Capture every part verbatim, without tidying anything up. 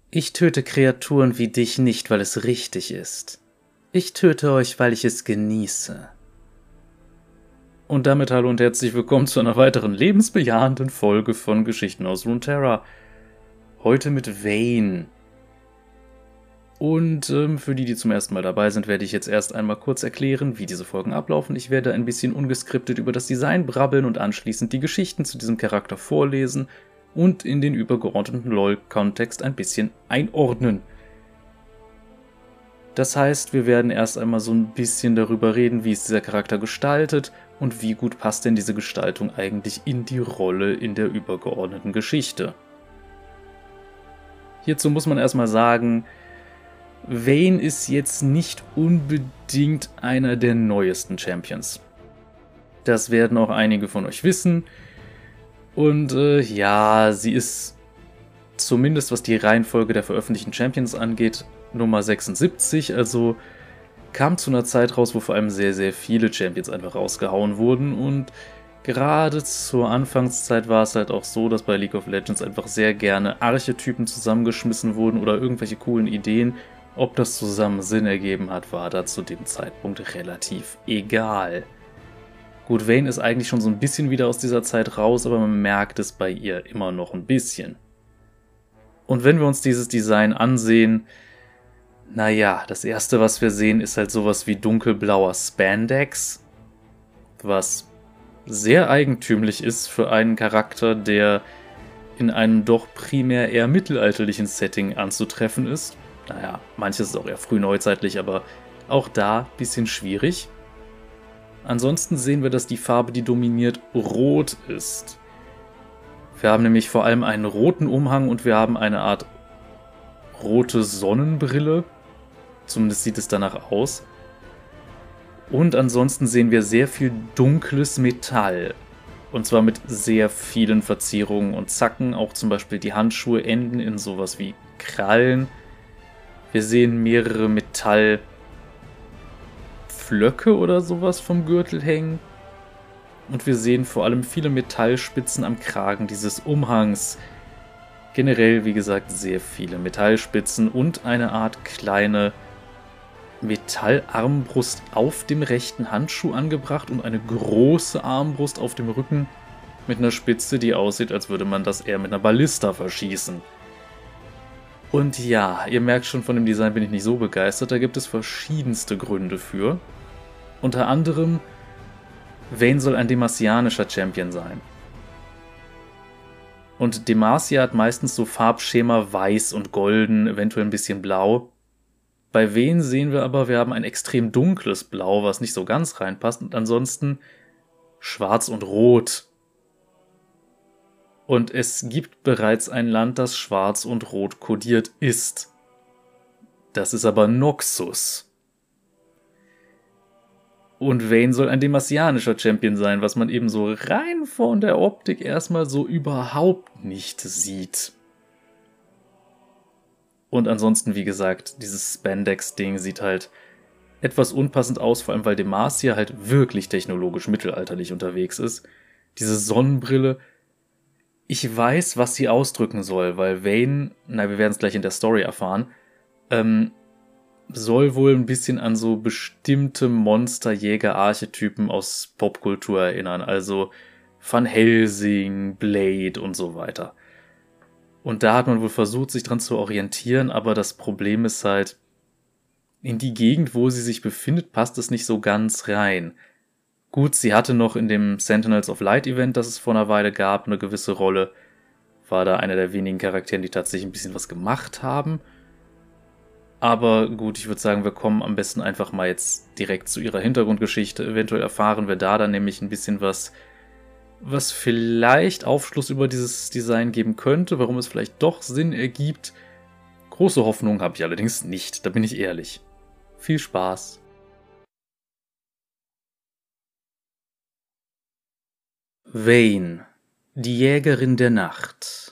Ich töte Kreaturen wie dich nicht, weil es richtig ist. Ich töte euch, weil ich es genieße. Und damit hallo und herzlich willkommen zu einer weiteren lebensbejahenden Folge von Geschichten aus Runeterra. Heute mit Vayne. Und ähm, für die, die zum ersten Mal dabei sind, werde ich jetzt erst einmal kurz erklären, wie diese Folgen ablaufen. Ich werde ein bisschen ungeskriptet über das Design brabbeln und anschließend die Geschichten zu diesem Charakter vorlesen und in den übergeordneten LoL-Kontext ein bisschen einordnen. Das heißt, wir werden erst einmal so ein bisschen darüber reden, wie ist dieser Charakter gestaltet und wie gut passt denn diese Gestaltung eigentlich in die Rolle in der übergeordneten Geschichte. Hierzu muss man erstmal sagen, Vayne ist jetzt nicht unbedingt einer der neuesten Champions. Das werden auch einige von euch wissen. Und äh, ja, sie ist zumindest was die Reihenfolge der veröffentlichten Champions angeht, Nummer sechsundsiebzig, also kam zu einer Zeit raus, wo vor allem sehr, sehr viele Champions einfach rausgehauen wurden und gerade zur Anfangszeit war es halt auch so, dass bei League of Legends einfach sehr gerne Archetypen zusammengeschmissen wurden oder irgendwelche coolen Ideen. Ob das zusammen Sinn ergeben hat, war da zu dem Zeitpunkt relativ egal. Gut, Vayne ist eigentlich schon so ein bisschen wieder aus dieser Zeit raus, aber man merkt es bei ihr immer noch ein bisschen. Und wenn wir uns dieses Design ansehen, naja, das erste, was wir sehen, ist halt sowas wie dunkelblauer Spandex, was sehr eigentümlich ist für einen Charakter, der in einem doch primär eher mittelalterlichen Setting anzutreffen ist. Naja, manches ist auch eher frühneuzeitlich, aber auch da ein bisschen schwierig. Ansonsten sehen wir, dass die Farbe, die dominiert, rot ist. Wir haben nämlich vor allem einen roten Umhang und wir haben eine Art rote Sonnenbrille. Zumindest sieht es danach aus. Und ansonsten sehen wir sehr viel dunkles Metall. Und zwar mit sehr vielen Verzierungen und Zacken. Auch zum Beispiel die Handschuhe enden in sowas wie Krallen. Wir sehen mehrere Metallflöcke oder sowas vom Gürtel hängen. Und wir sehen vor allem viele Metallspitzen am Kragen dieses Umhangs. Generell, wie gesagt, sehr viele Metallspitzen und eine Art kleine Metallarmbrust auf dem rechten Handschuh angebracht und eine große Armbrust auf dem Rücken mit einer Spitze, die aussieht, als würde man das eher mit einer Ballista verschießen. Und ja, ihr merkt schon, von dem Design bin ich nicht so begeistert, da gibt es verschiedenste Gründe für. Unter anderem, Vayne soll ein demasianischer Champion sein. Und Demacia hat meistens so Farbschema weiß und golden, eventuell ein bisschen blau. Bei Vayne sehen wir aber, wir haben ein extrem dunkles Blau, was nicht so ganz reinpasst, und ansonsten schwarz und rot. Und es gibt bereits ein Land, das schwarz und rot kodiert ist. Das ist aber Noxus. Und Vayne soll ein demasianischer Champion sein, was man eben so rein von der Optik erstmal so überhaupt nicht sieht. Und ansonsten, wie gesagt, dieses Spandex-Ding sieht halt etwas unpassend aus, vor allem weil Demacia halt wirklich technologisch mittelalterlich unterwegs ist. Diese Sonnenbrille, ich weiß, was sie ausdrücken soll, weil Vayne, na, wir werden es gleich in der Story erfahren, ähm, soll wohl ein bisschen an so bestimmte Monsterjäger-Archetypen aus Popkultur erinnern, also Van Helsing, Blade und so weiter. Und da hat man wohl versucht, sich dran zu orientieren, aber das Problem ist halt, in die Gegend, wo sie sich befindet, passt es nicht so ganz rein. Gut, sie hatte noch in dem Sentinels of Light Event, das es vor einer Weile gab, eine gewisse Rolle. War da einer der wenigen Charakteren, die tatsächlich ein bisschen was gemacht haben. Aber gut, ich würde sagen, wir kommen am besten einfach mal jetzt direkt zu ihrer Hintergrundgeschichte. Eventuell erfahren wir da dann nämlich ein bisschen was, was vielleicht Aufschluss über dieses Design geben könnte, warum es vielleicht doch Sinn ergibt. Große Hoffnung habe ich allerdings nicht, da bin ich ehrlich. Viel Spaß! Vayne, die Jägerin der Nacht.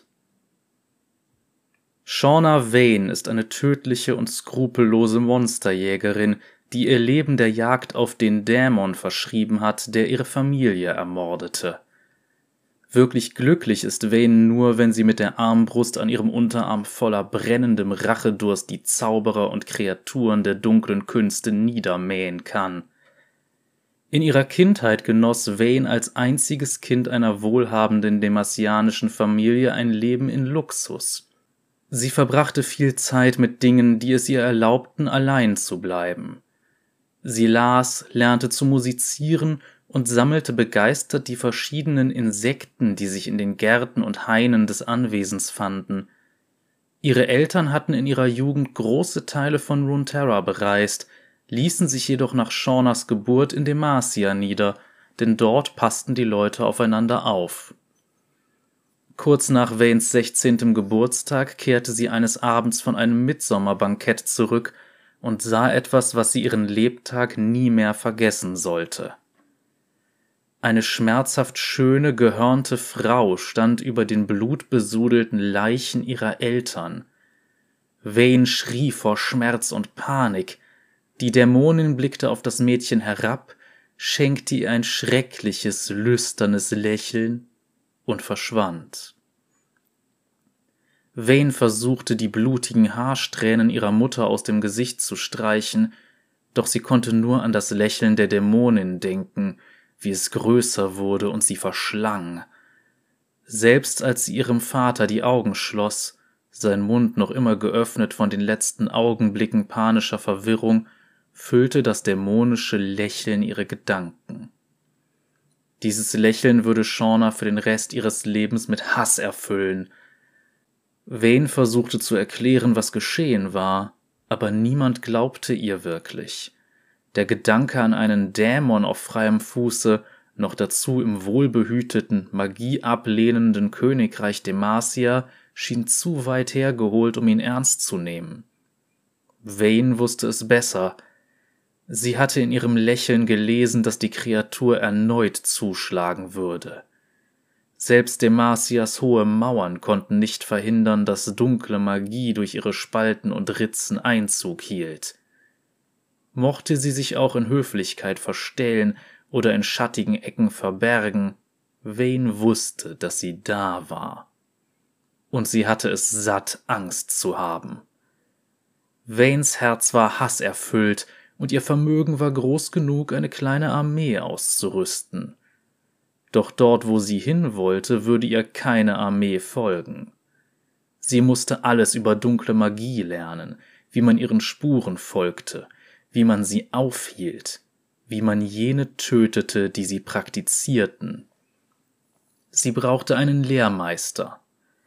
Shauna Vayne ist eine tödliche und skrupellose Monsterjägerin, die ihr Leben der Jagd auf den Dämon verschrieben hat, der ihre Familie ermordete. Wirklich glücklich ist Vayne nur, wenn sie mit der Armbrust an ihrem Unterarm voller brennendem Rachedurst die Zauberer und Kreaturen der dunklen Künste niedermähen kann. In ihrer Kindheit genoss Vayne als einziges Kind einer wohlhabenden demassianischen Familie ein Leben in Luxus. Sie verbrachte viel Zeit mit Dingen, die es ihr erlaubten, allein zu bleiben. Sie las, lernte zu musizieren und sammelte begeistert die verschiedenen Insekten, die sich in den Gärten und Hainen des Anwesens fanden. Ihre Eltern hatten in ihrer Jugend große Teile von Runeterra bereist, ließen sich jedoch nach Shaunas Geburt in Demacia nieder, denn dort passten die Leute aufeinander auf. Kurz nach Vaynes sechzehnten Geburtstag kehrte sie eines Abends von einem Mitsommerbankett zurück und sah etwas, was sie ihren Lebtag nie mehr vergessen sollte. Eine schmerzhaft schöne, gehörnte Frau stand über den blutbesudelten Leichen ihrer Eltern. Vayne schrie vor Schmerz und Panik. Die Dämonin blickte auf das Mädchen herab, schenkte ihr ein schreckliches, lüsternes Lächeln und verschwand. Vayne versuchte, die blutigen Haarsträhnen ihrer Mutter aus dem Gesicht zu streichen, doch sie konnte nur an das Lächeln der Dämonin denken, wie es größer wurde und sie verschlang. Selbst als sie ihrem Vater die Augen schloss, sein Mund noch immer geöffnet von den letzten Augenblicken panischer Verwirrung, füllte das dämonische Lächeln ihre Gedanken. Dieses Lächeln würde Shauna für den Rest ihres Lebens mit Hass erfüllen. Vayne versuchte zu erklären, was geschehen war, aber niemand glaubte ihr wirklich. Der Gedanke an einen Dämon auf freiem Fuße, noch dazu im wohlbehüteten, magieablehnenden Königreich Demacia, schien zu weit hergeholt, um ihn ernst zu nehmen. Vayne wusste es besser. Sie hatte in ihrem Lächeln gelesen, dass die Kreatur erneut zuschlagen würde. Selbst Demacias hohe Mauern konnten nicht verhindern, dass dunkle Magie durch ihre Spalten und Ritzen Einzug hielt. Mochte sie sich auch in Höflichkeit verstellen oder in schattigen Ecken verbergen, Vayne wusste, dass sie da war. Und sie hatte es satt, Angst zu haben. Vaynes Herz war hasserfüllt, und ihr Vermögen war groß genug, eine kleine Armee auszurüsten. Doch dort, wo sie hin wollte, würde ihr keine Armee folgen. Sie musste alles über dunkle Magie lernen, wie man ihren Spuren folgte, wie man sie aufhielt, wie man jene tötete, die sie praktizierten. Sie brauchte einen Lehrmeister.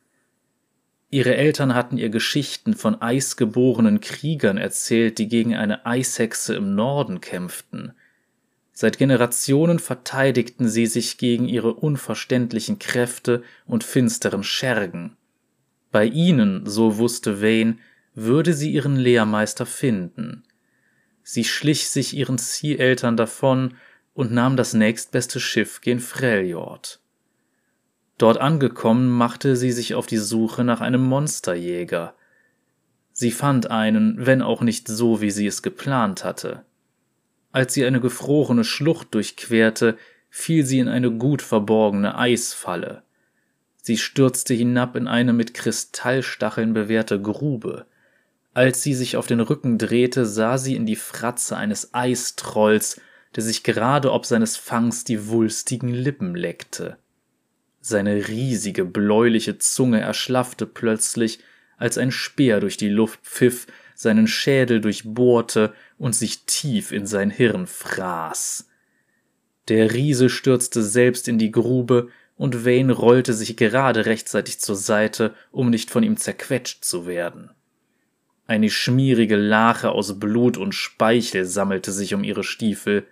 Ihre Eltern hatten ihr Geschichten von eisgeborenen Kriegern erzählt, die gegen eine Eishexe im Norden kämpften. Seit Generationen verteidigten sie sich gegen ihre unverständlichen Kräfte und finsteren Schergen. Bei ihnen, so wusste Vayne, würde sie ihren Lehrmeister finden. Sie schlich sich ihren Zieheltern davon und nahm das nächstbeste Schiff gen Freljord. Dort angekommen, machte sie sich auf die Suche nach einem Monsterjäger. Sie fand einen, wenn auch nicht so, wie sie es geplant hatte. Als sie eine gefrorene Schlucht durchquerte, fiel sie in eine gut verborgene Eisfalle. Sie stürzte hinab in eine mit Kristallstacheln bewehrte Grube. Als sie sich auf den Rücken drehte, sah sie in die Fratze eines Eistrolls, der sich gerade ob seines Fangs die wulstigen Lippen leckte. Seine riesige, bläuliche Zunge erschlaffte plötzlich, als ein Speer durch die Luft pfiff, seinen Schädel durchbohrte und sich tief in sein Hirn fraß. Der Riese stürzte selbst in die Grube, und Vayne rollte sich gerade rechtzeitig zur Seite, um nicht von ihm zerquetscht zu werden. Eine schmierige Lache aus Blut und Speichel sammelte sich um ihre Stiefel.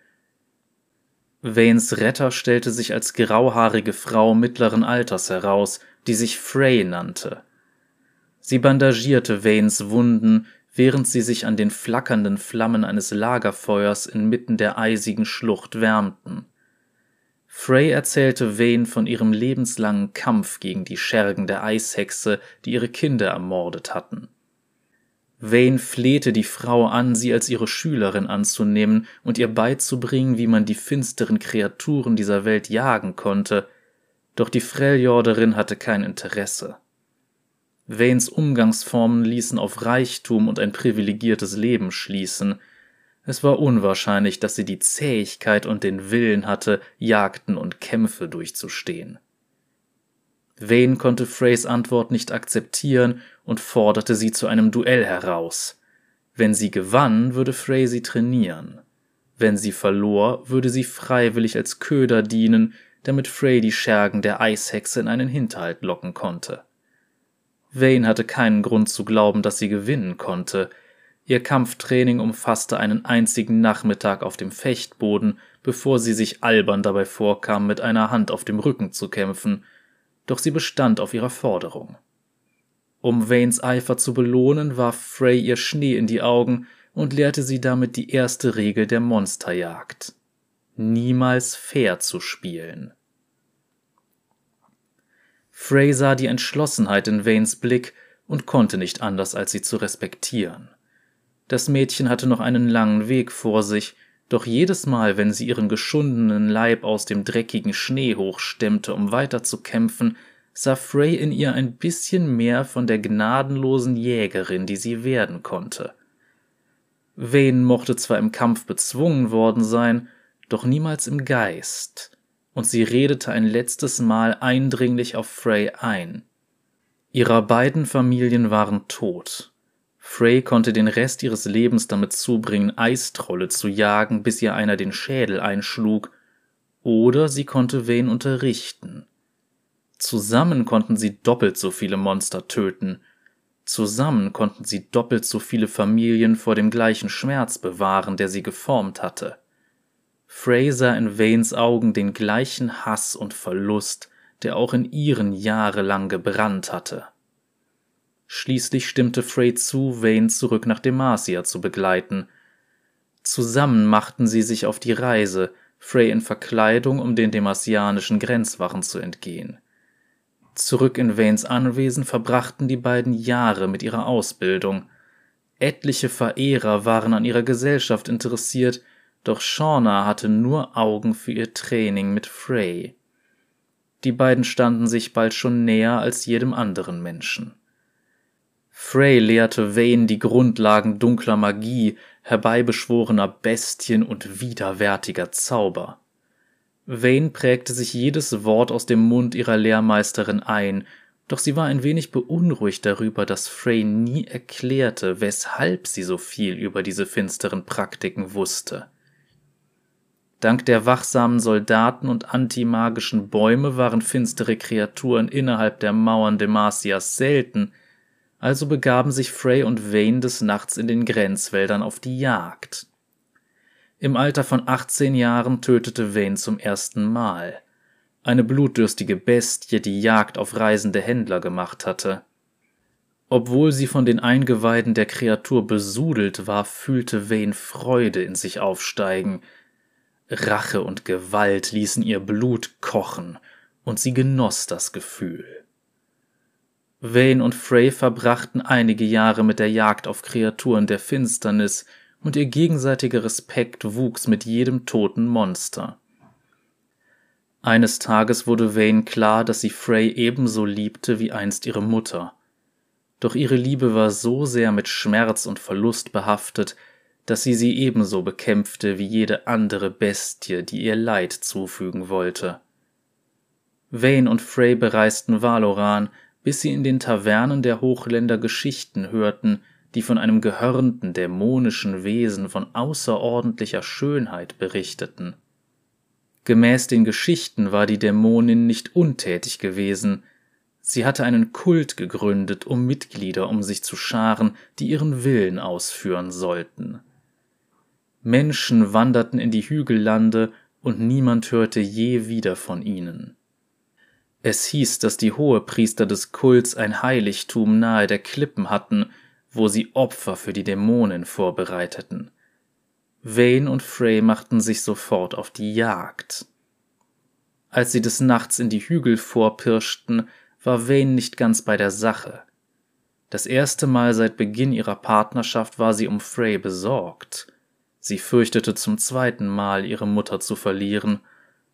Vaynes Retter stellte sich als grauhaarige Frau mittleren Alters heraus, die sich Frey nannte. Sie bandagierte Vaynes Wunden, während sie sich an den flackernden Flammen eines Lagerfeuers inmitten der eisigen Schlucht wärmten. Frey erzählte Vayne von ihrem lebenslangen Kampf gegen die Schergen der Eishexe, die ihre Kinder ermordet hatten. Vayne flehte die Frau an, sie als ihre Schülerin anzunehmen und ihr beizubringen, wie man die finsteren Kreaturen dieser Welt jagen konnte, Doch die Freljorderin hatte kein Interesse. Vanes Umgangsformen ließen auf Reichtum und ein privilegiertes Leben schließen. Es war unwahrscheinlich, dass sie die Zähigkeit und den Willen hatte, Jagden und Kämpfe durchzustehen. Vayne konnte Freys Antwort nicht akzeptieren und forderte sie zu einem Duell heraus. Wenn sie gewann, würde Frey sie trainieren. Wenn sie verlor, würde sie freiwillig als Köder dienen, damit Frey die Schergen der Eishexe in einen Hinterhalt locken konnte. Vayne hatte keinen Grund zu glauben, dass sie gewinnen konnte. Ihr Kampftraining umfasste einen einzigen Nachmittag auf dem Fechtboden, bevor sie sich albern dabei vorkam, mit einer Hand auf dem Rücken zu kämpfen, doch sie bestand auf ihrer Forderung. Um Vaynes Eifer zu belohnen, warf Frey ihr Schnee in die Augen und lehrte sie damit die erste Regel der Monsterjagd: niemals fair zu spielen. Frey sah die Entschlossenheit in Vaynes Blick und konnte nicht anders, als sie zu respektieren. Das Mädchen hatte noch einen langen Weg vor sich, doch jedes Mal, wenn sie ihren geschundenen Leib aus dem dreckigen Schnee hochstemmte, um weiter zu kämpfen, sah Frey in ihr ein bisschen mehr von der gnadenlosen Jägerin, die sie werden konnte. Vayne mochte zwar im Kampf bezwungen worden sein, doch niemals im Geist, und sie redete ein letztes Mal eindringlich auf Frey ein. Ihrer beiden Familien waren tot. Frey konnte den Rest ihres Lebens damit zubringen, Eistrolle zu jagen, bis ihr einer den Schädel einschlug, oder sie konnte Vayne unterrichten. Zusammen konnten sie doppelt so viele Monster töten. Zusammen konnten sie doppelt so viele Familien vor dem gleichen Schmerz bewahren, der sie geformt hatte. Frey sah in Vaynes Augen den gleichen Hass und Verlust, der auch in ihren jahrelang gebrannt hatte. Schließlich stimmte Frey zu, Vayne zurück nach Demacia zu begleiten. Zusammen machten sie sich auf die Reise, Frey in Verkleidung, um den demacianischen Grenzwachen zu entgehen. Zurück in Vaynes Anwesen verbrachten die beiden Jahre mit ihrer Ausbildung. Etliche Verehrer waren an ihrer Gesellschaft interessiert, doch Shauna hatte nur Augen für ihr Training mit Frey. Die beiden standen sich bald schon näher als jedem anderen Menschen. Frey lehrte Vayne die Grundlagen dunkler Magie, herbeibeschworener Bestien und widerwärtiger Zauber. Vayne prägte sich jedes Wort aus dem Mund ihrer Lehrmeisterin ein, doch sie war ein wenig beunruhigt darüber, dass Frey nie erklärte, weshalb sie so viel über diese finsteren Praktiken wusste. Dank der wachsamen Soldaten und antimagischen Bäume waren finstere Kreaturen innerhalb der Mauern Demacias selten, also begaben sich Frey und Vayne des Nachts in den Grenzwäldern auf die Jagd. Im Alter von achtzehn Jahren tötete Vayne zum ersten Mal. Eine blutdürstige Bestie, die Jagd auf reisende Händler gemacht hatte. Obwohl sie von den Eingeweiden der Kreatur besudelt war, fühlte Vayne Freude in sich aufsteigen. Rache und Gewalt ließen ihr Blut kochen, und sie genoss das Gefühl. Vayne und Frey verbrachten einige Jahre mit der Jagd auf Kreaturen der Finsternis, und ihr gegenseitiger Respekt wuchs mit jedem toten Monster. Eines Tages wurde Vayne klar, dass sie Frey ebenso liebte wie einst ihre Mutter. Doch ihre Liebe war so sehr mit Schmerz und Verlust behaftet, dass sie sie ebenso bekämpfte wie jede andere Bestie, die ihr Leid zufügen wollte. Vayne und Frey bereisten Valoran, bis sie in den Tavernen der Hochländer Geschichten hörten, die von einem gehörnten, dämonischen Wesen von außerordentlicher Schönheit berichteten. Gemäß den Geschichten war die Dämonin nicht untätig gewesen. Sie hatte einen Kult gegründet, um Mitglieder um sich zu scharen, die ihren Willen ausführen sollten. Menschen wanderten in die Hügellande, und niemand hörte je wieder von ihnen. Es hieß, dass die Hohepriester des Kults ein Heiligtum nahe der Klippen hatten, wo sie Opfer für die Dämonen vorbereiteten. Vayne und Frey machten sich sofort auf die Jagd. Als sie des Nachts in die Hügel vorpirschten, war Vayne nicht ganz bei der Sache. Das erste Mal seit Beginn ihrer Partnerschaft war sie um Frey besorgt. Sie fürchtete zum zweiten Mal, ihre Mutter zu verlieren.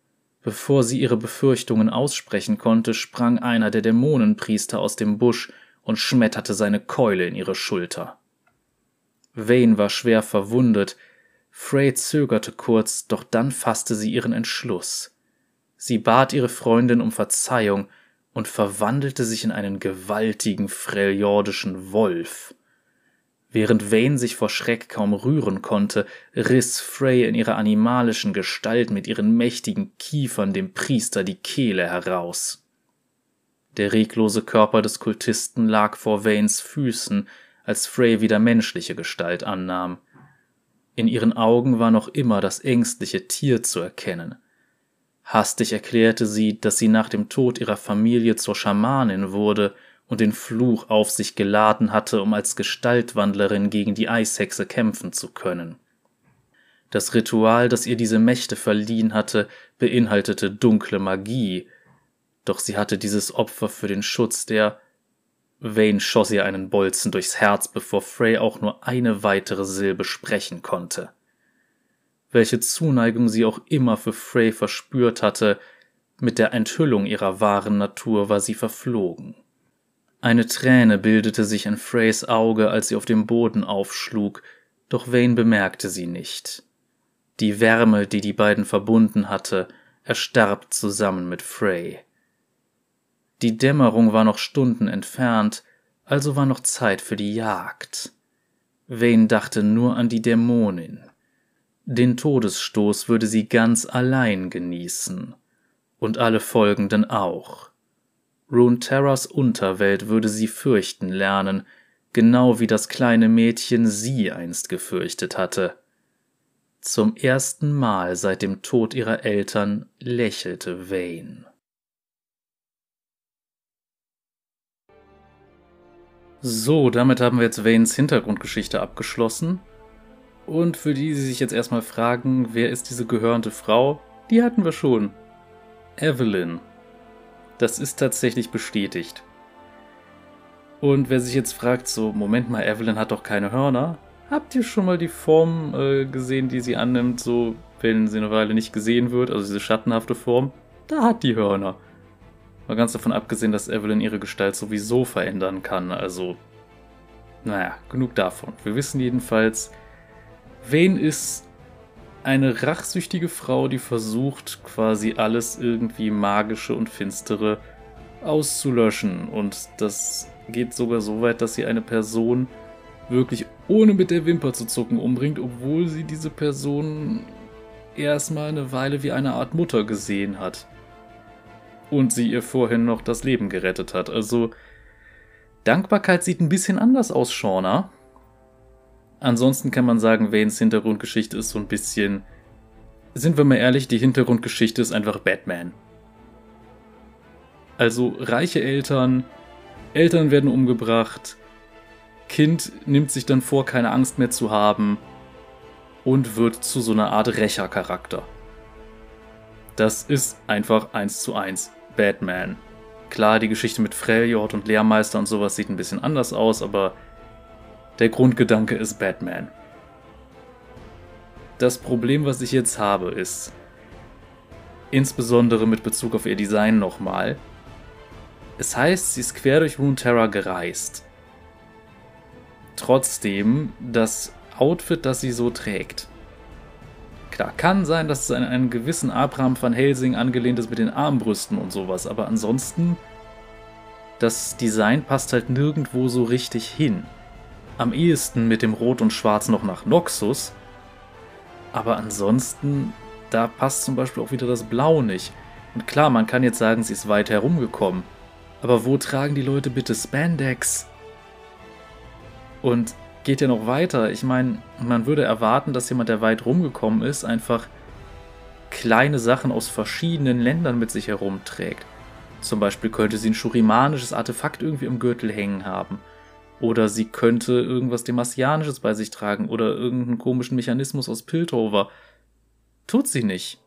Bevor sie ihre Befürchtungen aussprechen konnte, sprang einer der Dämonenpriester aus dem Busch und schmetterte seine Keule in ihre Schulter. Vayne war schwer verwundet. Frey zögerte kurz, doch dann fasste sie ihren Entschluss. Sie bat ihre Freundin um Verzeihung und verwandelte sich in einen gewaltigen freljordischen Wolf. Während Vayne sich vor Schreck kaum rühren konnte, riss Frey in ihrer animalischen Gestalt mit ihren mächtigen Kiefern dem Priester die Kehle heraus. Der reglose Körper des Kultisten lag vor Vaynes Füßen, als Frey wieder menschliche Gestalt annahm. In ihren Augen war noch immer das ängstliche Tier zu erkennen. Hastig erklärte sie, dass sie nach dem Tod ihrer Familie zur Schamanin wurde und den Fluch auf sich geladen hatte, um als Gestaltwandlerin gegen die Eishexe kämpfen zu können. Das Ritual, das ihr diese Mächte verliehen hatte, beinhaltete dunkle Magie, doch sie hatte dieses Opfer für den Schutz der... Vayne schoss ihr einen Bolzen durchs Herz, bevor Frey auch nur eine weitere Silbe sprechen konnte. Welche Zuneigung sie auch immer für Frey verspürt hatte, mit der Enthüllung ihrer wahren Natur war sie verflogen. Eine Träne bildete sich in Freys Auge, als sie auf dem Boden aufschlug, doch Vayne bemerkte sie nicht. Die Wärme, die die beiden verbunden hatte, erstarb zusammen mit Frey. Die Dämmerung war noch Stunden entfernt, also war noch Zeit für die Jagd. Vayne dachte nur an die Dämonin. Den Todesstoß würde sie ganz allein genießen. Und alle folgenden auch. Runeterras Unterwelt würde sie fürchten lernen, genau wie das kleine Mädchen sie einst gefürchtet hatte. Zum ersten Mal seit dem Tod ihrer Eltern lächelte Vayne. So, damit haben wir jetzt Vaynes Hintergrundgeschichte abgeschlossen. Und für die, die sich jetzt erstmal fragen, wer ist diese gehörnte Frau, die hatten wir schon. Evelyn. Das ist tatsächlich bestätigt. Und wer sich jetzt fragt, so, Moment mal, Evelyn hat doch keine Hörner. Habt ihr schon mal die Form äh, gesehen, die sie annimmt, so, wenn sie eine Weile nicht gesehen wird, also diese schattenhafte Form? Da hat die Hörner. Mal ganz davon abgesehen, dass Evelyn ihre Gestalt sowieso verändern kann, also, naja, genug davon. Wir wissen jedenfalls, Vayne ist eine rachsüchtige Frau, die versucht, quasi alles irgendwie Magische und Finstere auszulöschen. Und das geht sogar so weit, dass sie eine Person wirklich ohne mit der Wimper zu zucken umbringt, obwohl sie diese Person erstmal eine Weile wie eine Art Mutter gesehen hat. Und sie ihr vorhin noch das Leben gerettet hat. Also, Dankbarkeit sieht ein bisschen anders aus, Shauna. Ansonsten kann man sagen, Vaynes Hintergrundgeschichte ist so ein bisschen... Sind wir mal ehrlich, die Hintergrundgeschichte ist einfach Batman. Also, reiche Eltern, Eltern werden umgebracht, Kind nimmt sich dann vor, keine Angst mehr zu haben und wird zu so einer Art Rächercharakter. Das ist einfach eins zu eins Batman. Klar, die Geschichte mit Freljord und Lehrmeister und sowas sieht ein bisschen anders aus, aber der Grundgedanke ist Batman. Das Problem, was ich jetzt habe, ist, insbesondere mit Bezug auf ihr Design nochmal, es heißt, sie ist quer durch Runeterra gereist. Trotzdem, das Outfit, das sie so trägt. Klar, kann sein, dass es an einen gewissen Abraham van Helsing angelehnt ist mit den Armbrüsten und sowas, aber ansonsten, das Design passt halt nirgendwo so richtig hin. Am ehesten mit dem Rot und Schwarz noch nach Noxus, aber ansonsten, da passt zum Beispiel auch wieder das Blau nicht. Und klar, man kann jetzt sagen, sie ist weit herumgekommen, aber wo tragen die Leute bitte Spandex? Und geht ja noch weiter. Ich meine, man würde erwarten, dass jemand, der weit rumgekommen ist, einfach kleine Sachen aus verschiedenen Ländern mit sich herumträgt. Zum Beispiel könnte sie ein shurimanisches Artefakt irgendwie im Gürtel hängen haben. Oder sie könnte irgendwas Demasianisches bei sich tragen oder irgendeinen komischen Mechanismus aus Piltover. Tut sie nicht.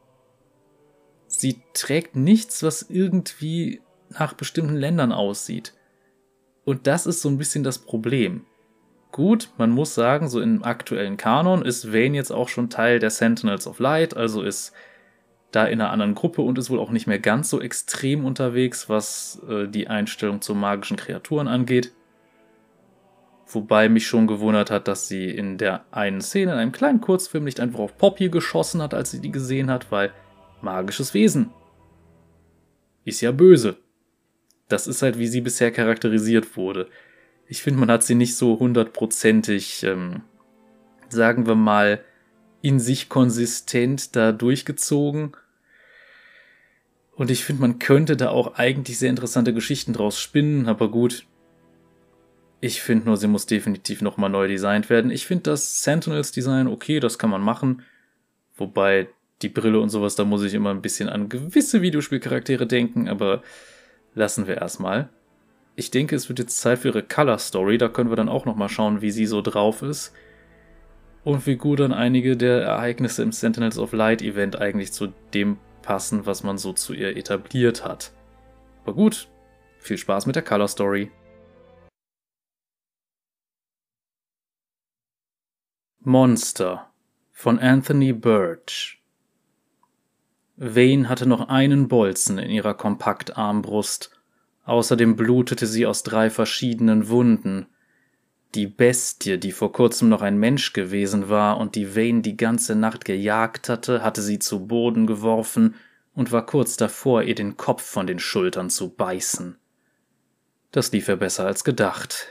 Sie trägt nichts, was irgendwie nach bestimmten Ländern aussieht. Und das ist so ein bisschen das Problem. Gut, man muss sagen, so im aktuellen Kanon ist Vayne jetzt auch schon Teil der Sentinels of Light, also ist da in einer anderen Gruppe und ist wohl auch nicht mehr ganz so extrem unterwegs, was äh, die Einstellung zu magischen Kreaturen angeht. Wobei mich schon gewundert hat, dass sie in der einen Szene, in einem kleinen Kurzfilm, nicht einfach auf Poppy geschossen hat, als sie die gesehen hat, weil magisches Wesen ist ja böse. Das ist halt, wie sie bisher charakterisiert wurde. Ich finde, man hat sie nicht so hundertprozentig, ähm, sagen wir mal, in sich konsistent da durchgezogen. Und ich finde, man könnte da auch eigentlich sehr interessante Geschichten draus spinnen, aber gut. Ich finde nur, sie muss definitiv nochmal neu designt werden. Ich finde das Sentinels-Design okay, das kann man machen. Wobei die Brille und sowas, da muss ich immer ein bisschen an gewisse Videospielcharaktere denken, aber lassen wir erstmal. Ich denke, es wird jetzt Zeit für ihre Color Story, da können wir dann auch nochmal schauen, wie sie so drauf ist. Und wie gut dann einige der Ereignisse im Sentinels of Light Event eigentlich zu dem passen, was man so zu ihr etabliert hat. Aber gut, viel Spaß mit der Color Story. Monster von Anthony Birch. Vayne hatte noch einen Bolzen in ihrer Kompaktarmbrust. Außerdem blutete sie aus drei verschiedenen Wunden. Die Bestie, die vor kurzem noch ein Mensch gewesen war und die Vayne die ganze Nacht gejagt hatte, hatte sie zu Boden geworfen und war kurz davor, ihr den Kopf von den Schultern zu beißen. Das lief ihr besser als gedacht.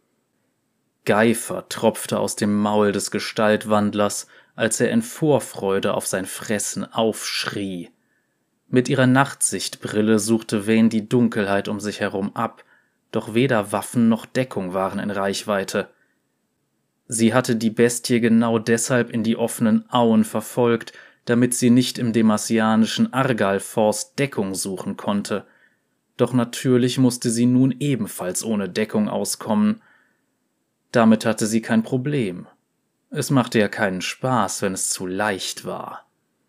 Geifer tropfte aus dem Maul des Gestaltwandlers, als er in Vorfreude auf sein Fressen aufschrie. Mit ihrer Nachtsichtbrille suchte Vayne die Dunkelheit um sich herum ab, doch weder Waffen noch Deckung waren in Reichweite. Sie hatte die Bestie genau deshalb in die offenen Auen verfolgt, damit sie nicht im demasianischen Argal-Forst Deckung suchen konnte. Doch natürlich musste sie nun ebenfalls ohne Deckung auskommen. Damit hatte sie kein Problem. Es machte ja keinen Spaß, wenn es zu leicht war.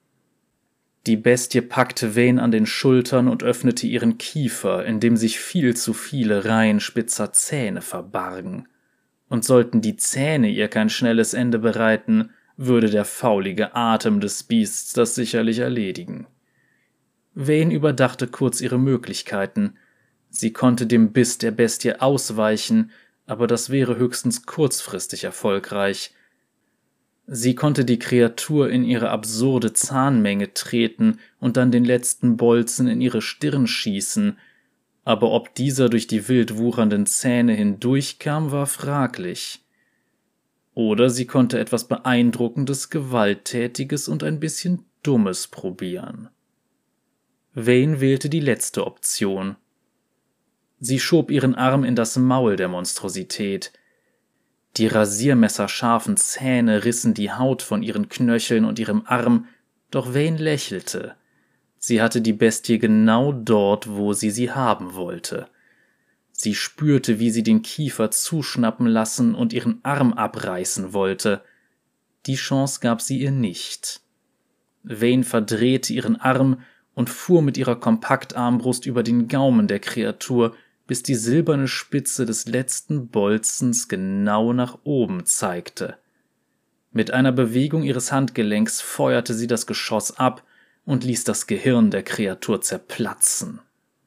Die Bestie packte Vayne an den Schultern und öffnete ihren Kiefer, in dem sich viel zu viele Reihen spitzer Zähne verbargen. Und sollten die Zähne ihr kein schnelles Ende bereiten, würde der faulige Atem des Biests das sicherlich erledigen. Vayne überdachte kurz ihre Möglichkeiten. Sie konnte dem Biss der Bestie ausweichen, aber das wäre höchstens kurzfristig erfolgreich. Sie konnte die Kreatur in ihre absurde Zahnmenge treten und dann den letzten Bolzen in ihre Stirn schießen, aber ob dieser durch die wild wuchernden Zähne hindurchkam, war fraglich. Oder sie konnte etwas Beeindruckendes, Gewalttätiges und ein bisschen Dummes probieren. Vayne wählte die letzte Option. Sie schob ihren Arm in das Maul der Monstrosität. Die rasiermesserscharfen Zähne rissen die Haut von ihren Knöcheln und ihrem Arm, doch Vayne lächelte. Sie hatte die Bestie genau dort, wo sie sie haben wollte. Sie spürte, wie sie den Kiefer zuschnappen lassen und ihren Arm abreißen wollte. Die Chance gab sie ihr nicht. Vayne verdrehte ihren Arm und fuhr mit ihrer Kompaktarmbrust über den Gaumen der Kreatur, bis die silberne Spitze des letzten Bolzens genau nach oben zeigte. Mit einer Bewegung ihres Handgelenks feuerte sie das Geschoss ab und ließ das Gehirn der Kreatur zerplatzen.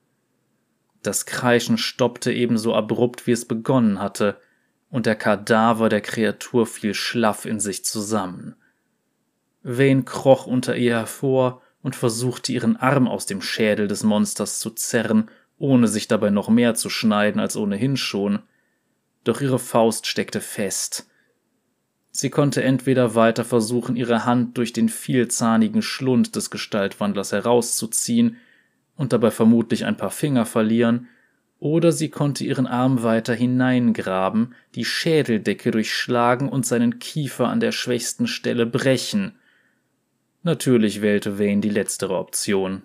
Das Kreischen stoppte ebenso abrupt, wie es begonnen hatte, und der Kadaver der Kreatur fiel schlaff in sich zusammen. Vayne kroch unter ihr hervor und versuchte, ihren Arm aus dem Schädel des Monsters zu zerren, ohne sich dabei noch mehr zu schneiden als ohnehin schon. Doch ihre Faust steckte fest. Sie konnte entweder weiter versuchen, ihre Hand durch den vielzahnigen Schlund des Gestaltwandlers herauszuziehen und dabei vermutlich ein paar Finger verlieren, oder sie konnte ihren Arm weiter hineingraben, die Schädeldecke durchschlagen und seinen Kiefer an der schwächsten Stelle brechen. Natürlich wählte Vayne die letztere Option.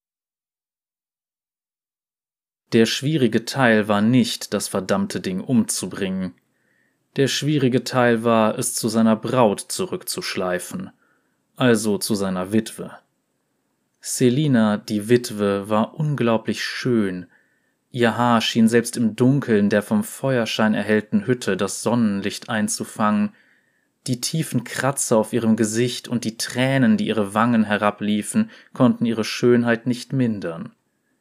Der schwierige Teil war nicht, das verdammte Ding umzubringen. Der schwierige Teil war, es zu seiner Braut zurückzuschleifen, also zu seiner Witwe. Selina, die Witwe, war unglaublich schön. Ihr Haar schien selbst im Dunkeln der vom Feuerschein erhellten Hütte das Sonnenlicht einzufangen. Die tiefen Kratzer auf ihrem Gesicht und die Tränen, die ihre Wangen herabliefen, konnten ihre Schönheit nicht mindern.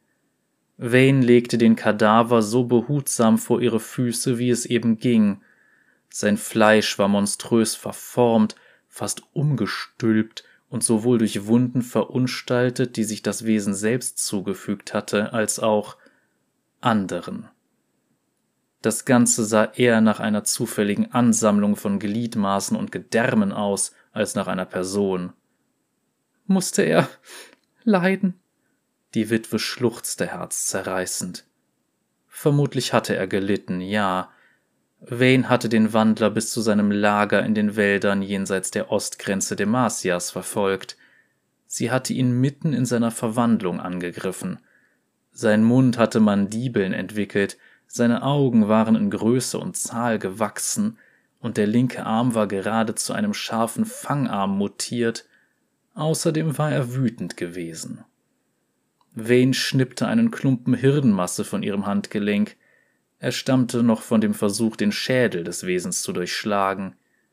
Vayne legte den Kadaver so behutsam vor ihre Füße, wie es eben ging. Sein Fleisch war monströs verformt, fast umgestülpt und sowohl durch Wunden verunstaltet, die sich das Wesen selbst zugefügt hatte, als auch anderen. Das Ganze sah eher nach einer zufälligen Ansammlung von Gliedmaßen und Gedärmen aus, als nach einer Person. Musste er leiden? Die Witwe schluchzte herzzerreißend. Vermutlich hatte er gelitten, ja. Vayne hatte den Wandler bis zu seinem Lager in den Wäldern jenseits der Ostgrenze Demasias verfolgt. Sie hatte ihn mitten in seiner Verwandlung angegriffen. Sein Mund hatte Mandibeln entwickelt, seine Augen waren in Größe und Zahl gewachsen, und der linke Arm war gerade zu einem scharfen Fangarm mutiert. Außerdem war er wütend gewesen. Vayne schnippte einen Klumpen Hirnmasse von ihrem Handgelenk. Er stammte noch von dem Versuch, den Schädel des Wesens zu durchschlagen.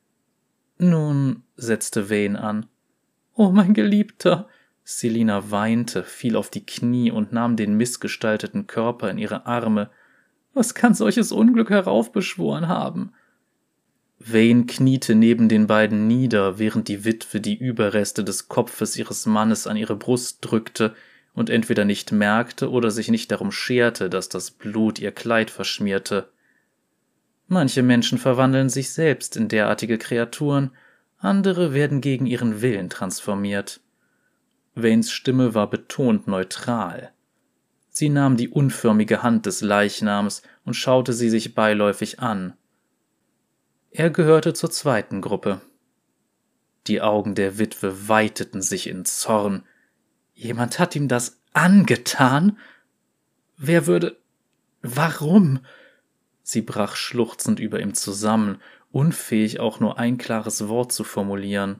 »Nun«, setzte Vayne an. »Oh, mein Geliebter!« Selina weinte, fiel auf die Knie und nahm den missgestalteten Körper in ihre Arme. »Was kann solches Unglück heraufbeschworen haben?« Vayne kniete neben den beiden nieder, während die Witwe die Überreste des Kopfes ihres Mannes an ihre Brust drückte und entweder nicht merkte oder sich nicht darum scherte, dass das Blut ihr Kleid verschmierte. Manche Menschen verwandeln sich selbst in derartige Kreaturen, andere werden gegen ihren Willen transformiert. Vaynes Stimme war betont neutral. Sie nahm die unförmige Hand des Leichnams und schaute sie sich beiläufig an. Er gehörte zur zweiten Gruppe. Die Augen der Witwe weiteten sich in Zorn. Jemand hat ihm das angetan? Wer würde... Warum? Sie brach schluchzend über ihm zusammen, unfähig auch nur ein klares Wort zu formulieren.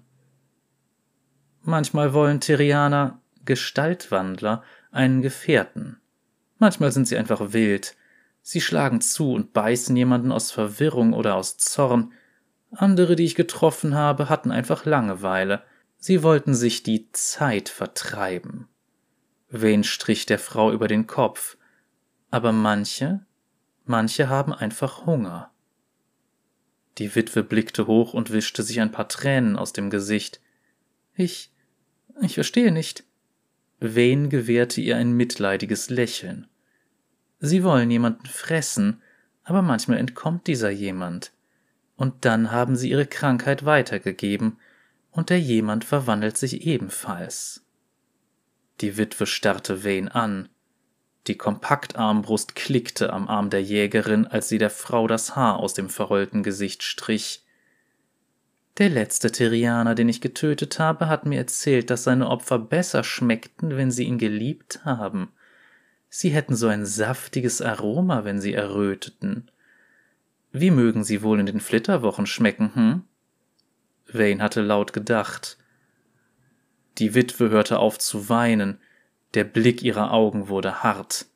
Manchmal wollen Terrianer, Gestaltwandler, einen Gefährten. Manchmal sind sie einfach wild. Sie schlagen zu und beißen jemanden aus Verwirrung oder aus Zorn. Andere, die ich getroffen habe, hatten einfach Langeweile. Sie wollten sich die Zeit vertreiben. Vayne strich der Frau über den Kopf. Aber manche, manche haben einfach Hunger. Die Witwe blickte hoch und wischte sich ein paar Tränen aus dem Gesicht. Ich, ich verstehe nicht. Vayne gewährte ihr ein mitleidiges Lächeln. Sie wollen jemanden fressen, aber manchmal entkommt dieser jemand. Und dann haben sie ihre Krankheit weitergegeben, und der jemand verwandelt sich ebenfalls. Die Witwe starrte Vayne an. Die Kompaktarmbrust klickte am Arm der Jägerin, als sie der Frau das Haar aus dem verheulten Gesicht strich. Der letzte Terrianer, den ich getötet habe, hat mir erzählt, dass seine Opfer besser schmeckten, wenn sie ihn geliebt haben. Sie hätten so ein saftiges Aroma, wenn sie erröteten. Wie mögen sie wohl in den Flitterwochen schmecken, hm? Vayne hatte laut gedacht. Die Witwe hörte auf zu weinen, der Blick ihrer Augen wurde hart.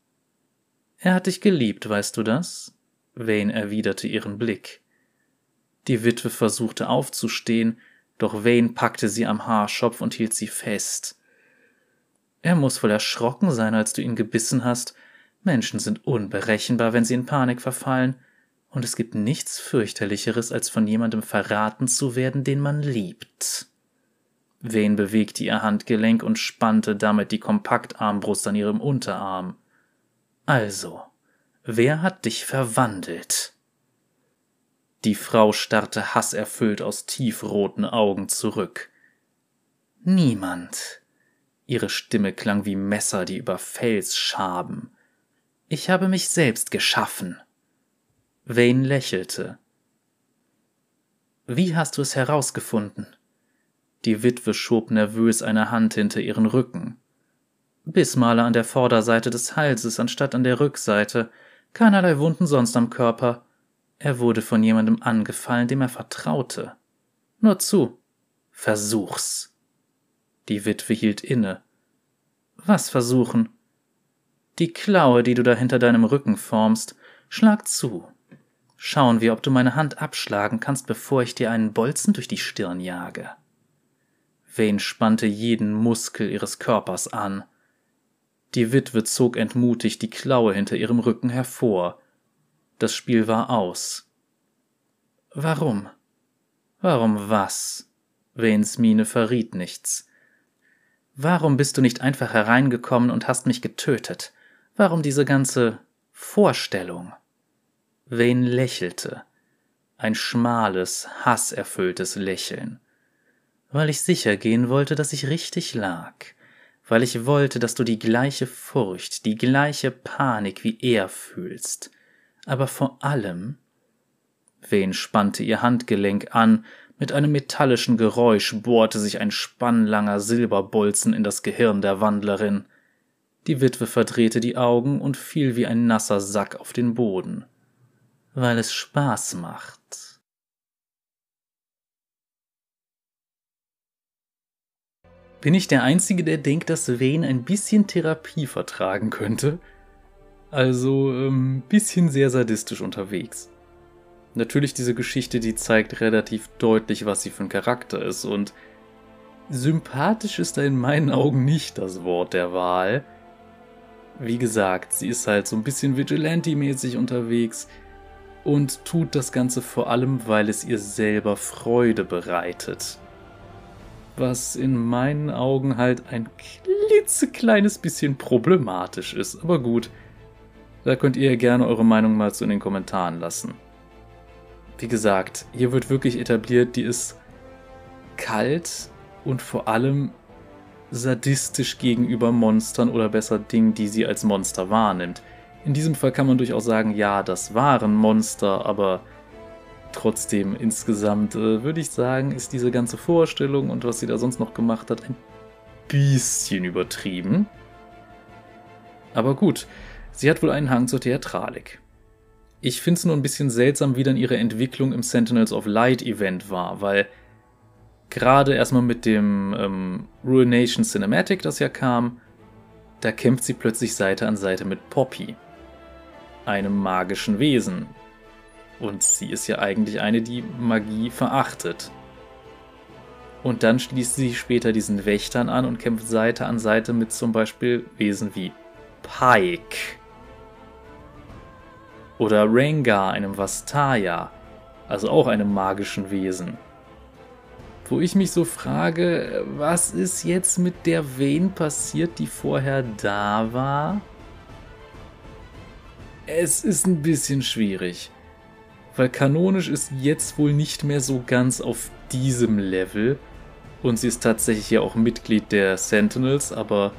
»Er hat dich geliebt, weißt du das?« Vayne erwiderte ihren Blick. Die Witwe versuchte aufzustehen, doch Vayne packte sie am Haarschopf und hielt sie fest. »Er muss wohl erschrocken sein, als du ihn gebissen hast. Menschen sind unberechenbar, wenn sie in Panik verfallen, und es gibt nichts fürchterlicheres, als von jemandem verraten zu werden, den man liebt.« Vayne bewegte ihr Handgelenk und spannte damit die Kompaktarmbrust an ihrem Unterarm. »Also, wer hat dich verwandelt?« Die Frau starrte hasserfüllt aus tiefroten Augen zurück. »Niemand.« Ihre Stimme klang wie Messer, die über Fels schaben. »Ich habe mich selbst geschaffen.« Vayne lächelte. »Wie hast du es herausgefunden?« Die Witwe schob nervös eine Hand hinter ihren Rücken. »Bissmale an der Vorderseite des Halses anstatt an der Rückseite. Keinerlei Wunden sonst am Körper. Er wurde von jemandem angefallen, dem er vertraute. Nur zu. Versuch's.« Die Witwe hielt inne. »Was versuchen?« »Die Klaue, die du da hinter deinem Rücken formst. Schlag zu.« Schauen wir, ob du meine Hand abschlagen kannst, bevor ich dir einen Bolzen durch die Stirn jage. Vane spannte jeden Muskel ihres Körpers an. Die Witwe zog entmutigt die Klaue hinter ihrem Rücken hervor. Das Spiel war aus. Warum? Warum was? Vanes Miene verriet nichts. Warum bist du nicht einfach hereingekommen und hast mich getötet? Warum diese ganze Vorstellung? Vane lächelte. Ein schmales, hasserfülltes Lächeln. Weil ich sicher gehen wollte, dass ich richtig lag. Weil ich wollte, dass du die gleiche Furcht, die gleiche Panik wie er fühlst. Aber vor allem... Vane spannte ihr Handgelenk an, mit einem metallischen Geräusch bohrte sich ein spannlanger Silberbolzen in das Gehirn der Wandlerin. Die Witwe verdrehte die Augen und fiel wie ein nasser Sack auf den Boden. Weil es Spaß macht. Bin ich der Einzige, der denkt, dass Vane ein bisschen Therapie vertragen könnte? Also, ein ähm, bisschen sehr sadistisch unterwegs. Natürlich, diese Geschichte, die zeigt relativ deutlich, was sie für ein Charakter ist, und sympathisch ist da in meinen Augen nicht das Wort der Wahl. Wie gesagt, sie ist halt so ein bisschen Vigilante-mäßig unterwegs und tut das Ganze vor allem, weil es ihr selber Freude bereitet. Was in meinen Augen halt ein klitzekleines bisschen problematisch ist, aber gut, da könnt ihr ja gerne eure Meinung mal so in den Kommentaren lassen. Wie gesagt, hier wird wirklich etabliert, die ist kalt und vor allem sadistisch gegenüber Monstern oder besser Dingen, die sie als Monster wahrnimmt. In diesem Fall kann man durchaus sagen, ja, das waren Monster, aber trotzdem insgesamt äh, würde ich sagen, ist diese ganze Vorstellung und was sie da sonst noch gemacht hat, ein bisschen übertrieben. Aber gut, sie hat wohl einen Hang zur Theatralik. Ich finde es nur ein bisschen seltsam, wie dann ihre Entwicklung im Sentinels of Light Event war, weil gerade erstmal mit dem ähm, Ruination Cinematic, das ja kam, da kämpft sie plötzlich Seite an Seite mit Poppy, einem magischen Wesen. Und sie ist ja eigentlich eine, die Magie verachtet. Und dann schließt sie später diesen Wächtern an und kämpft Seite an Seite mit zum Beispiel Wesen wie Pike. Oder Rengar, einem Vastaya, also auch einem magischen Wesen. Wo ich mich so frage, was ist jetzt mit der Vane passiert, die vorher da war? Es ist ein bisschen schwierig, weil kanonisch ist jetzt wohl nicht mehr so ganz auf diesem Level und sie ist tatsächlich ja auch Mitglied der Sentinels, aber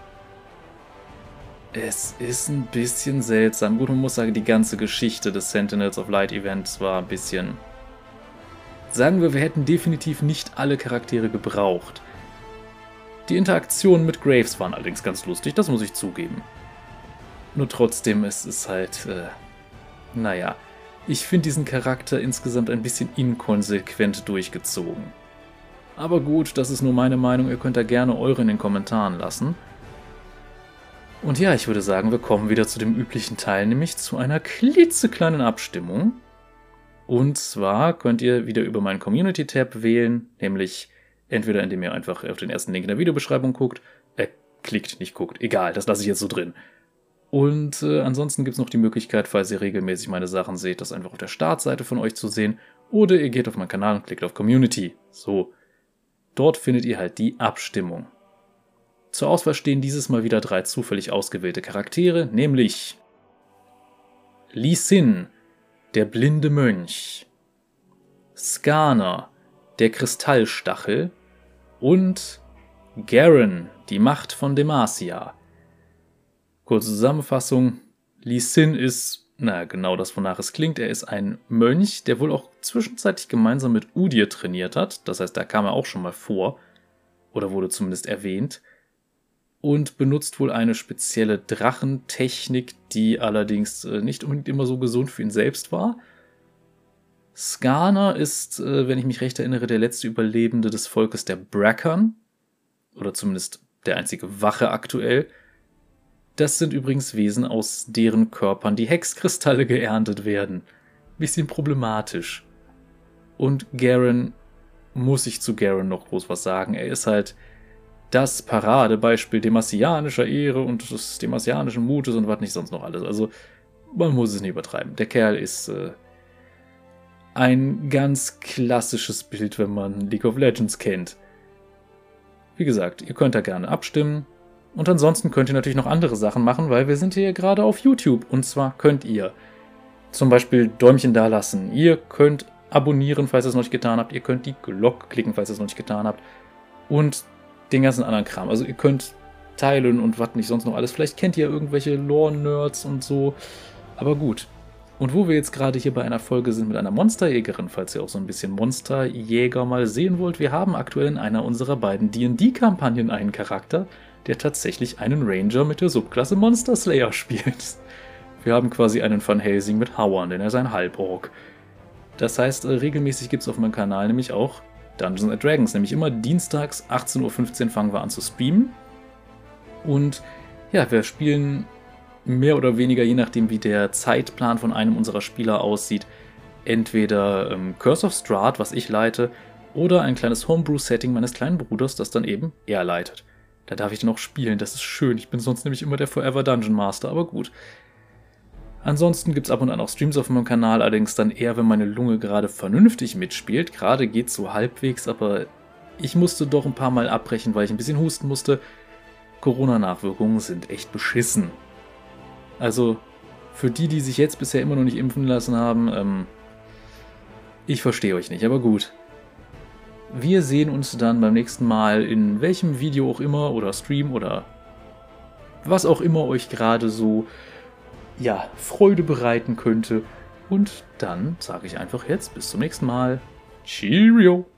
es ist ein bisschen seltsam. Gut, man muss sagen, die ganze Geschichte des Sentinels of Light Events war ein bisschen... Sagen wir, wir hätten definitiv nicht alle Charaktere gebraucht. Die Interaktionen mit Graves waren allerdings ganz lustig, das muss ich zugeben. Nur trotzdem, es ist halt... Äh, naja, ich finde diesen Charakter insgesamt ein bisschen inkonsequent durchgezogen. Aber gut, das ist nur meine Meinung, ihr könnt da gerne eure in den Kommentaren lassen. Und ja, ich würde sagen, wir kommen wieder zu dem üblichen Teil, nämlich zu einer klitzekleinen Abstimmung. Und zwar könnt ihr wieder über meinen Community-Tab wählen, nämlich entweder indem ihr einfach auf den ersten Link in der Videobeschreibung guckt, äh, klickt, nicht guckt, egal, das lasse ich jetzt so drin. Und äh, ansonsten gibt es noch die Möglichkeit, falls ihr regelmäßig meine Sachen seht, das einfach auf der Startseite von euch zu sehen. Oder ihr geht auf meinen Kanal und klickt auf Community. So, dort findet ihr halt die Abstimmung. Zur Auswahl stehen dieses Mal wieder drei zufällig ausgewählte Charaktere, nämlich Lee Sin, der blinde Mönch, Skarner, der Kristallstachel und Garen, die Macht von Demacia. Kurze Zusammenfassung, Lee Sin ist, na genau das, wonach es klingt, er ist ein Mönch, der wohl auch zwischenzeitlich gemeinsam mit Udyr trainiert hat, das heißt, da kam er auch schon mal vor, oder wurde zumindest erwähnt, und benutzt wohl eine spezielle Drachentechnik, die allerdings nicht unbedingt immer so gesund für ihn selbst war. Skarner ist, wenn ich mich recht erinnere, der letzte Überlebende des Volkes der Brackern, oder zumindest der einzige Wache aktuell. Das sind übrigens Wesen, aus deren Körpern die Hexkristalle geerntet werden. bisschen problematisch. Und Garen, muss ich zu Garen noch groß was sagen. Er ist halt das Paradebeispiel demasianischer Ehre und des demasianischen Mutes und was nicht sonst noch alles. Also, man muss es nicht übertreiben. Der Kerl ist äh, ein ganz klassisches Bild, wenn man League of Legends kennt. Wie gesagt, ihr könnt da gerne abstimmen. Und ansonsten könnt ihr natürlich noch andere Sachen machen, weil wir sind hier gerade auf YouTube. Und zwar könnt ihr zum Beispiel Däumchen da lassen. Ihr könnt abonnieren, falls ihr es noch nicht getan habt. Ihr könnt die Glocke klicken, falls ihr es noch nicht getan habt. Und den ganzen anderen Kram. Also ihr könnt teilen und was nicht sonst noch alles. Vielleicht kennt ihr irgendwelche Lore-Nerds und so. Aber gut. Und wo wir jetzt gerade hier bei einer Folge sind mit einer Monsterjägerin, falls ihr auch so ein bisschen Monsterjäger mal sehen wollt, wir haben aktuell in einer unserer beiden D und D-Kampagnen einen Charakter, der tatsächlich einen Ranger mit der Subklasse Monster Slayer spielt. Wir haben quasi einen Van Helsing mit Hauern, denn er ist ein Halborg. Das heißt, regelmäßig gibt es auf meinem Kanal nämlich auch Dungeons and Dragons, nämlich immer dienstags achtzehn Uhr fünfzehn fangen wir an zu streamen. Und ja, wir spielen mehr oder weniger, je nachdem wie der Zeitplan von einem unserer Spieler aussieht, entweder ähm, Curse of Strahd, was ich leite, oder ein kleines Homebrew-Setting meines kleinen Bruders, das dann eben er leitet. Da darf ich dann auch spielen, das ist schön. Ich bin sonst nämlich immer der Forever Dungeon Master, aber gut. Ansonsten gibt es ab und an auch Streams auf meinem Kanal, allerdings dann eher, wenn meine Lunge gerade vernünftig mitspielt. Gerade geht es so halbwegs, aber ich musste doch ein paar Mal abbrechen, weil ich ein bisschen husten musste. Corona-Nachwirkungen sind echt beschissen. Also für die, die sich jetzt bisher immer noch nicht impfen lassen haben, ähm, ich verstehe euch nicht, aber gut. Wir sehen uns dann beim nächsten Mal in welchem Video auch immer oder Stream oder was auch immer euch gerade so, ja, Freude bereiten könnte. Und dann sage ich einfach jetzt bis zum nächsten Mal. Cheerio!